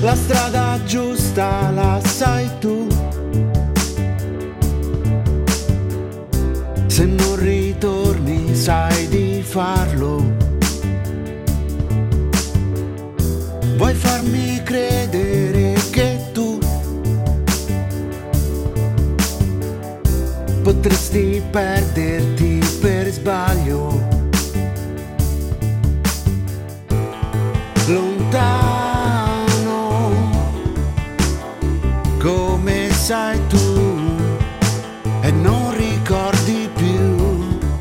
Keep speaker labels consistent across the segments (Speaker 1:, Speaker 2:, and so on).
Speaker 1: La strada giusta la sai tu. Se non ritorni sai di farlo. Vuoi farmi credere che tu potresti perderti per sbaglio. Lontano, come sai tu, e non ricordi più.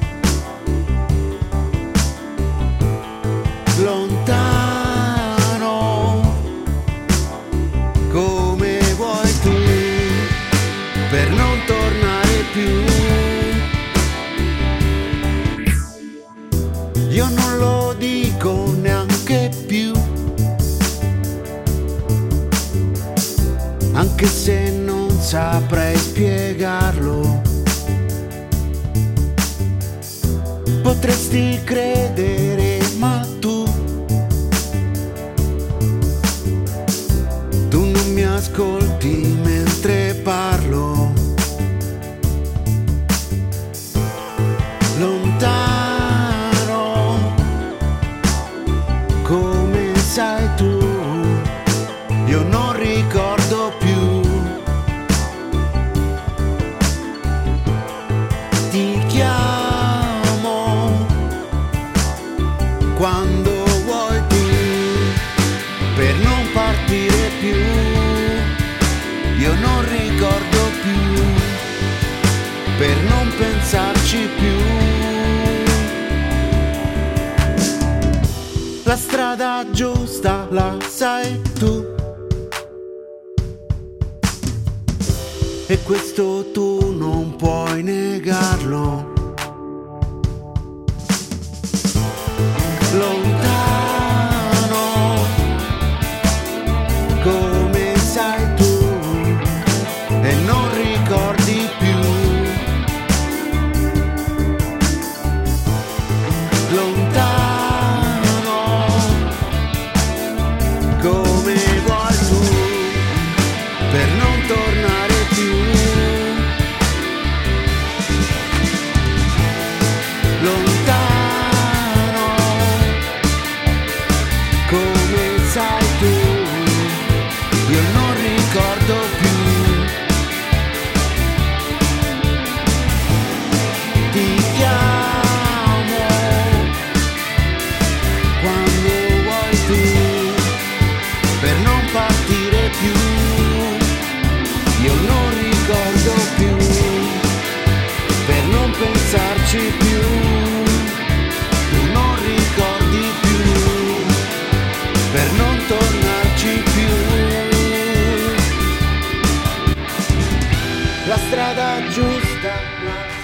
Speaker 1: Lontano, come vuoi tu, per non tornare più. Io non lo dico neanche più, anche se non saprei spiegarlo. Potresti credere, ma tu non mi ascolti mentre parlo. Lontano, come sai tu, io non ricordo più. Ti chiamo quando vuoi tu, per non partire più. Io non ricordo più, per non pensarci più. La strada giusta la sai tu, e questo tu non puoi negarlo. Lontano, come sai tu, e non ricordi più. Lontano, come vuoi tu, per non tornare più. Lontano, come sai tu, io non ricordo più. Ti chiamo quando vuoi tu, per non partire più. Io non ricordo più, per non pensarci più. Tu non ricordi più, per non tornarci più. La strada giusta